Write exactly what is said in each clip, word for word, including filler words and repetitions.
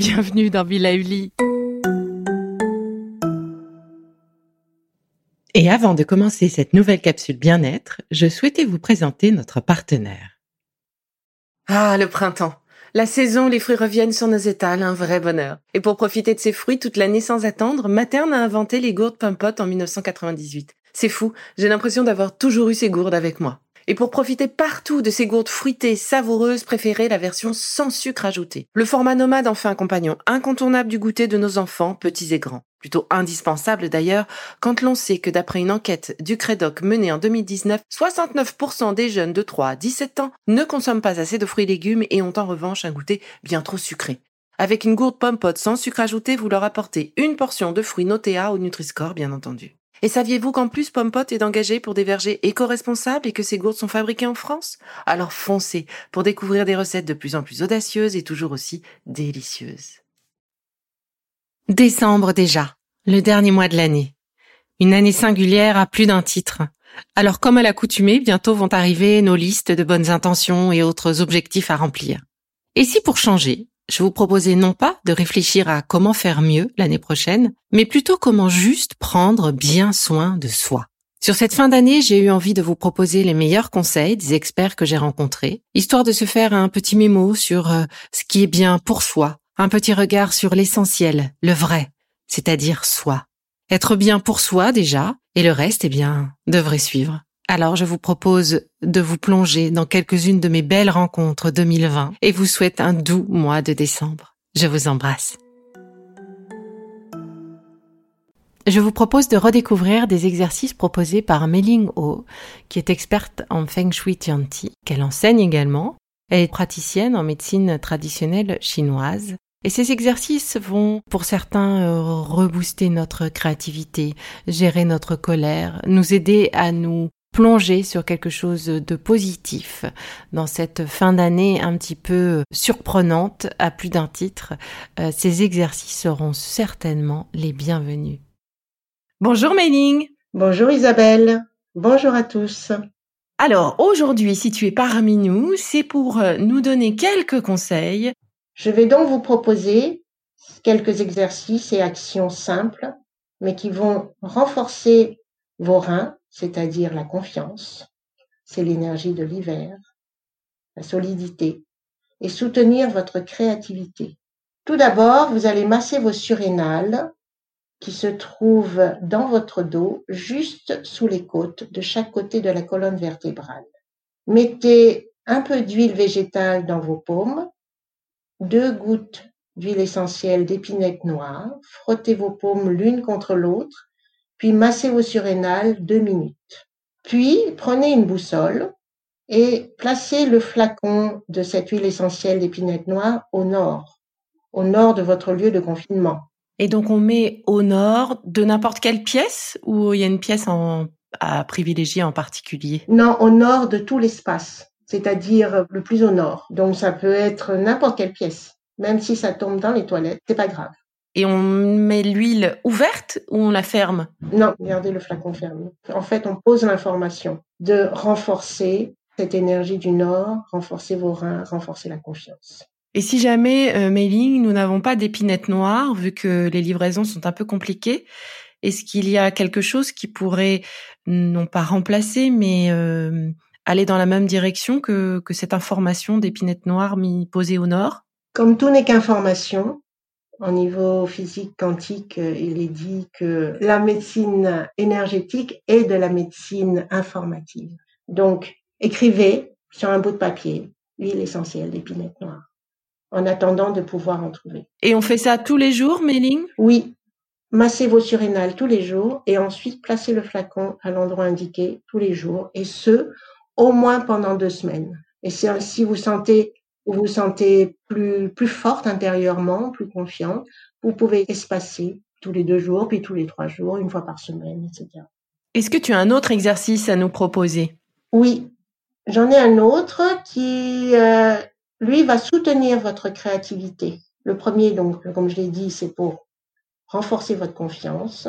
bienvenue dans Villa Uli. Et avant de commencer cette nouvelle capsule bien-être, je souhaitais vous présenter notre partenaire. Ah, le printemps. La saison où les fruits reviennent sur nos étals, un vrai bonheur. Et pour profiter de ces fruits toute l'année sans attendre, Materne a inventé les gourdes Pumpote en dix-neuf cent quatre-vingt-dix-huit. C'est fou, j'ai l'impression d'avoir toujours eu ces gourdes avec moi. Et pour profiter partout de ces gourdes fruitées, savoureuses, préférez la version sans sucre ajouté. Le format nomade en fait un compagnon incontournable du goûter de nos enfants, petits et grands. Plutôt indispensable d'ailleurs, quand l'on sait que d'après une enquête du Crédoc menée en deux mille dix-neuf, soixante-neuf pour cent des jeunes de trois à dix-sept ans ne consomment pas assez de fruits et légumes et ont en revanche un goûter bien trop sucré. Avec une gourde Pumpote sans sucre ajouté, vous leur apportez une portion de fruits notés A au Nutri-Score, bien entendu. Et saviez-vous qu'en plus Pumpote est engagé pour des vergers éco-responsables et que ces gourdes sont fabriquées en France ? Alors foncez pour découvrir des recettes de plus en plus audacieuses et toujours aussi délicieuses. Décembre déjà, le dernier mois de l'année. Une année singulière à plus d'un titre. Alors comme à l'accoutumée, bientôt vont arriver nos listes de bonnes intentions et autres objectifs à remplir. Et si pour changer, je vous proposais non pas de réfléchir à comment faire mieux l'année prochaine, mais plutôt comment juste prendre bien soin de soi. Sur cette fin d'année, j'ai eu envie de vous proposer les meilleurs conseils des experts que j'ai rencontrés, histoire de se faire un petit mémo sur euh, ce qui est bien pour soi, un petit regard sur l'essentiel, le vrai, c'est-à-dire soi. Être bien pour soi déjà, et le reste, eh bien, devrait suivre. Alors je vous propose de vous plonger dans quelques-unes de mes belles rencontres deux mille vingt et vous souhaite un doux mois de décembre. Je vous embrasse. Je vous propose de redécouvrir des exercices proposés par Mei-Ling Ho, qui est experte en Feng Shui Tianti, qu'elle enseigne également. Elle est praticienne en médecine traditionnelle chinoise. Et ces exercices vont, pour certains, euh, rebooster notre créativité, gérer notre colère, nous aider à nous plonger sur quelque chose de positif dans cette fin d'année un petit peu surprenante à plus d'un titre. Euh, ces exercices seront certainement les bienvenus. Bonjour Mei-Ling. Bonjour Isabelle. Bonjour à tous. Alors aujourd'hui, si tu es parmi nous, c'est pour nous donner quelques conseils. Je vais donc vous proposer quelques exercices et actions simples, mais qui vont renforcer vos reins, c'est-à-dire la confiance, c'est l'énergie de l'hiver, la solidité, et soutenir votre créativité. Tout d'abord, vous allez masser vos surrénales qui se trouvent dans votre dos, juste sous les côtes, de chaque côté de la colonne vertébrale. Mettez un peu d'huile végétale dans vos paumes, deux gouttes d'huile essentielle d'épinette noire, frottez vos paumes l'une contre l'autre, puis massez vos surrénales deux minutes. Puis, prenez une boussole et placez le flacon de cette huile essentielle d'épinette noire au nord, au nord de votre lieu de confinement. Et donc, on met au nord de n'importe quelle pièce ou il y a une pièce en, à privilégier en particulier ? Non, au nord de tout l'espace, c'est-à-dire le plus au nord. Donc, ça peut être n'importe quelle pièce. Même si ça tombe dans les toilettes, c'est pas grave. Et on met l'huile ouverte ou on la ferme ? Non, gardez le flacon fermé. En fait, on pose l'information de renforcer cette énergie du nord, renforcer vos reins, renforcer la confiance. Et si jamais, euh, Mei-Ling, nous n'avons pas d'épinette noire, vu que les livraisons sont un peu compliquées, est-ce qu'il y a quelque chose qui pourrait, non pas remplacer, mais euh, aller dans la même direction que, que cette information d'épinette noire mis posée au nord ? Comme tout n'est qu'information, au niveau physique quantique, il est dit que la médecine énergétique est de la médecine informative. Donc, écrivez sur un bout de papier l'huile essentielle d'épinette noire, en attendant de pouvoir en trouver. Et on fait ça tous les jours, Mei-Ling ? Oui. Massez vos surrénales tous les jours et ensuite placez le flacon à l'endroit indiqué tous les jours, et ce, au moins pendant deux semaines. Et si vous sentez, vous vous sentez plus, plus forte intérieurement, plus confiante, vous pouvez espacer tous les deux jours, puis tous les trois jours, une fois par semaine, et cetera. Est-ce que tu as un autre exercice à nous proposer ? Oui, j'en ai un autre qui, euh, lui, va soutenir votre créativité. Le premier, donc, comme je l'ai dit, c'est pour renforcer votre confiance.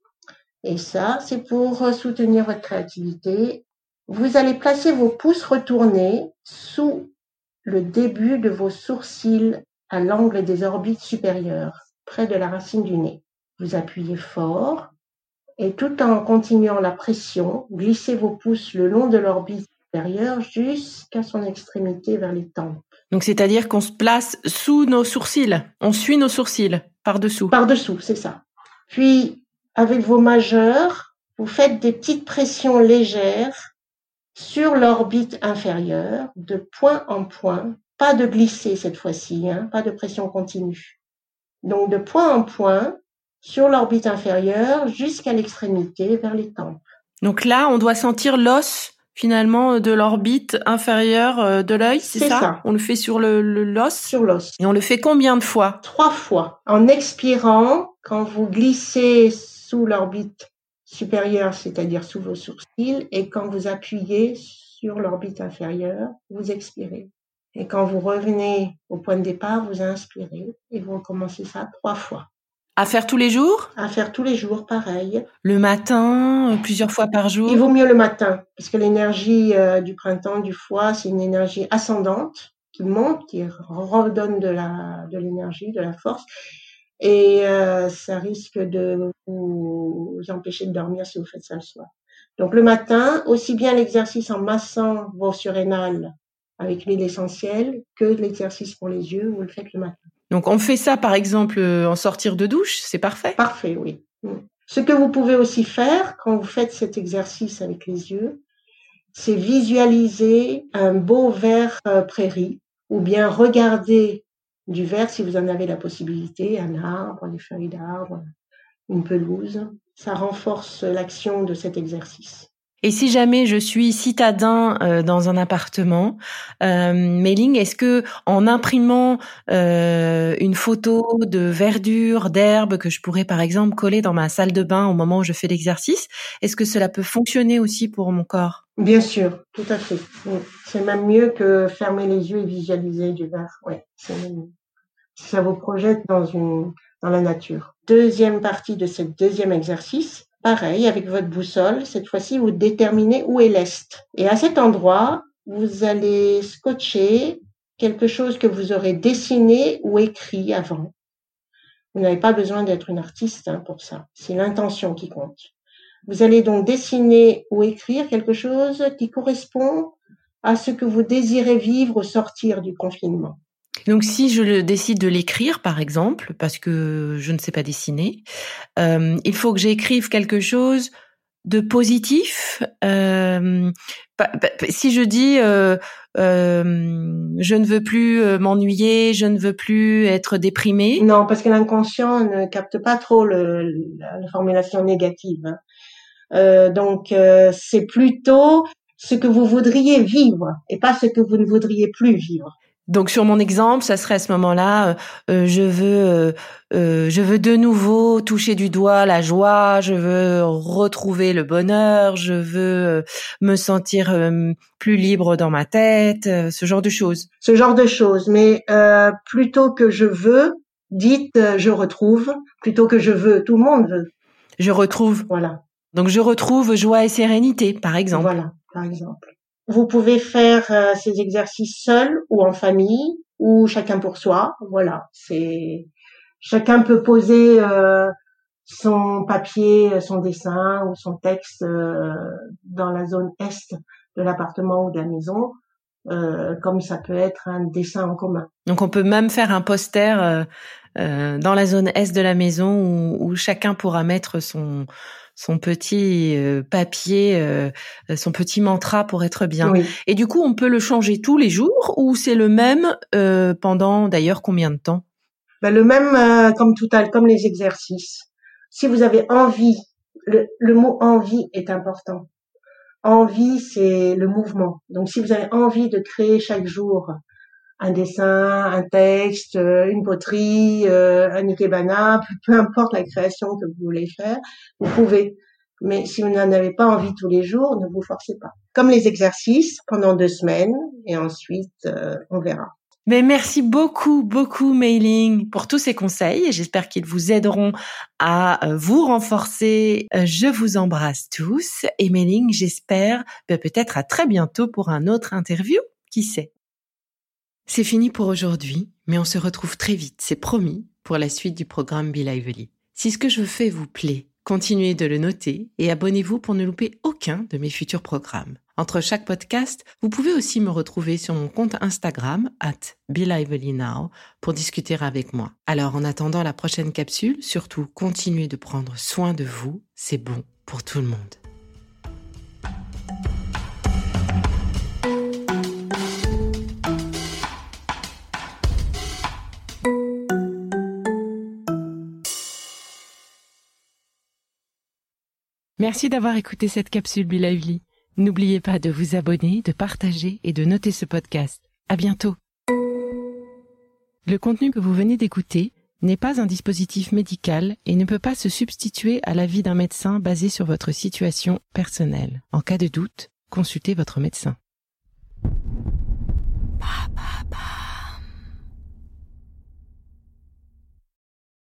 Et ça, c'est pour soutenir votre créativité. Vous allez placer vos pouces retournés sous le début de vos sourcils à l'angle des orbites supérieures, près de la racine du nez. Vous appuyez fort et tout en continuant la pression, glissez vos pouces le long de l'orbite supérieure jusqu'à son extrémité vers les tempes. Donc, c'est-à-dire qu'on se place sous nos sourcils. On suit nos sourcils, par-dessous. Par-dessous, c'est ça. Puis, avec vos majeurs, vous faites des petites pressions légères sur l'orbite inférieure, de point en point. Pas de glisser cette fois-ci, hein, pas de pression continue. Donc, de point en point, sur l'orbite inférieure, jusqu'à l'extrémité, vers les tempes. Donc là, on doit sentir l'os, finalement, de l'orbite inférieure de l'œil, c'est, c'est ça, ça On le fait sur le, le l'os Sur l'os. Et on le fait combien de fois? Trois fois. En expirant, quand vous glissez sous l'orbite supérieure, c'est-à-dire sous vos sourcils, et quand vous appuyez sur l'orbite inférieure, vous expirez. Et quand vous revenez au point de départ, vous inspirez et vous recommencez ça trois fois. À faire tous les jours? À faire tous les jours, pareil. Le matin, plusieurs fois par jour? Il vaut mieux le matin, parce que l'énergie euh, du printemps, du foie, c'est une énergie ascendante, qui monte, qui redonne de la de l'énergie, de la force. Et euh, ça risque de vous empêcher de dormir si vous faites ça le soir. Donc le matin, aussi bien l'exercice en massant vos surrénales avec l'huile essentielle que l'exercice pour les yeux, vous le faites le matin. Donc on fait ça par exemple en sortir de douche, c'est parfait? Parfait, oui. Ce que vous pouvez aussi faire quand vous faites cet exercice avec les yeux, c'est visualiser un beau vert euh, prairie ou bien regarder du vert si vous en avez la possibilité, un arbre, des feuilles d'arbre, une pelouse. Ça renforce l'action de cet exercice. Et si jamais je suis citadin euh, dans un appartement, euh, Mei-Ling, est-ce que en imprimant euh, une photo de verdure, d'herbe que je pourrais par exemple coller dans ma salle de bain au moment où je fais l'exercice, est-ce que cela peut fonctionner aussi pour mon corps? Bien sûr, tout à fait. Oui. C'est même mieux que fermer les yeux et visualiser du vert. Ouais, c'est même... Ça vous projette dans une dans la nature. Deuxième partie de ce deuxième exercice. Pareil, avec votre boussole, cette fois-ci, vous déterminez où est l'est. Et à cet endroit, vous allez scotcher quelque chose que vous aurez dessiné ou écrit avant. Vous n'avez pas besoin d'être une artiste hein, pour ça. C'est l'intention qui compte. Vous allez donc dessiner ou écrire quelque chose qui correspond à ce que vous désirez vivre au sortir du confinement. Donc si je décide de l'écrire, par exemple, parce que je ne sais pas dessiner, euh, il faut que j'écrive quelque chose de positif. Euh, si je dis euh, euh, je ne veux plus m'ennuyer, je ne veux plus être déprimée. Non, parce que l'inconscient ne capte pas trop le, la, la formulation négative. Hein. Euh, donc euh, c'est plutôt ce que vous voudriez vivre et pas ce que vous ne voudriez plus vivre. Donc sur mon exemple, ça serait à ce moment-là, euh, je veux, euh, euh, je veux de nouveau toucher du doigt la joie, je veux retrouver le bonheur, je veux me sentir euh, plus libre dans ma tête, euh, ce genre de choses. Ce genre de choses, mais euh, plutôt que je veux, dites euh, je retrouve, plutôt que je veux, tout le monde veut. Je retrouve. Voilà. Donc je retrouve joie et sérénité, par exemple. Voilà, par exemple. Vous pouvez faire euh, ces exercices seul ou en famille ou chacun pour soi. Voilà, c'est chacun peut poser euh, son papier, son dessin ou son texte euh, dans la zone est de l'appartement ou de la maison, euh, comme ça peut être un dessin en commun. Donc on peut même faire un poster euh, euh, dans la zone est de la maison où, où chacun pourra mettre son son petit euh, papier, euh, son petit mantra pour être bien. Oui. Et du coup, on peut le changer tous les jours ou c'est le même euh, pendant d'ailleurs combien de temps? Ben, le même euh, comme tout à comme les exercices. Si vous avez envie, le, le mot envie est important. Envie, c'est le mouvement. Donc, si vous avez envie de créer chaque jour un dessin, un texte, une poterie, euh, un ikebana, peu importe la création que vous voulez faire, vous pouvez. Mais si vous n'en avez pas envie tous les jours, ne vous forcez pas. Comme les exercices, pendant deux semaines, et ensuite, euh, on verra. Mais merci beaucoup, beaucoup, Mei-Ling, pour tous ces conseils. J'espère qu'ils vous aideront à vous renforcer. Je vous embrasse tous. Et Mei-Ling, j'espère peut-être à très bientôt pour un autre interview. Qui sait? C'est fini pour aujourd'hui, mais on se retrouve très vite, c'est promis, pour la suite du programme Be Lively. Si ce que je fais vous plaît, continuez de le noter et abonnez-vous pour ne louper aucun de mes futurs programmes. Entre chaque podcast, vous pouvez aussi me retrouver sur mon compte Instagram, arobase be lively now, pour discuter avec moi. Alors en attendant la prochaine capsule, surtout continuez de prendre soin de vous, c'est bon pour tout le monde. Merci d'avoir écouté cette capsule Be Lively. N'oubliez pas de vous abonner, de partager et de noter ce podcast. À bientôt. Le contenu que vous venez d'écouter n'est pas un dispositif médical et ne peut pas se substituer à l'avis d'un médecin basé sur votre situation personnelle. En cas de doute, consultez votre médecin.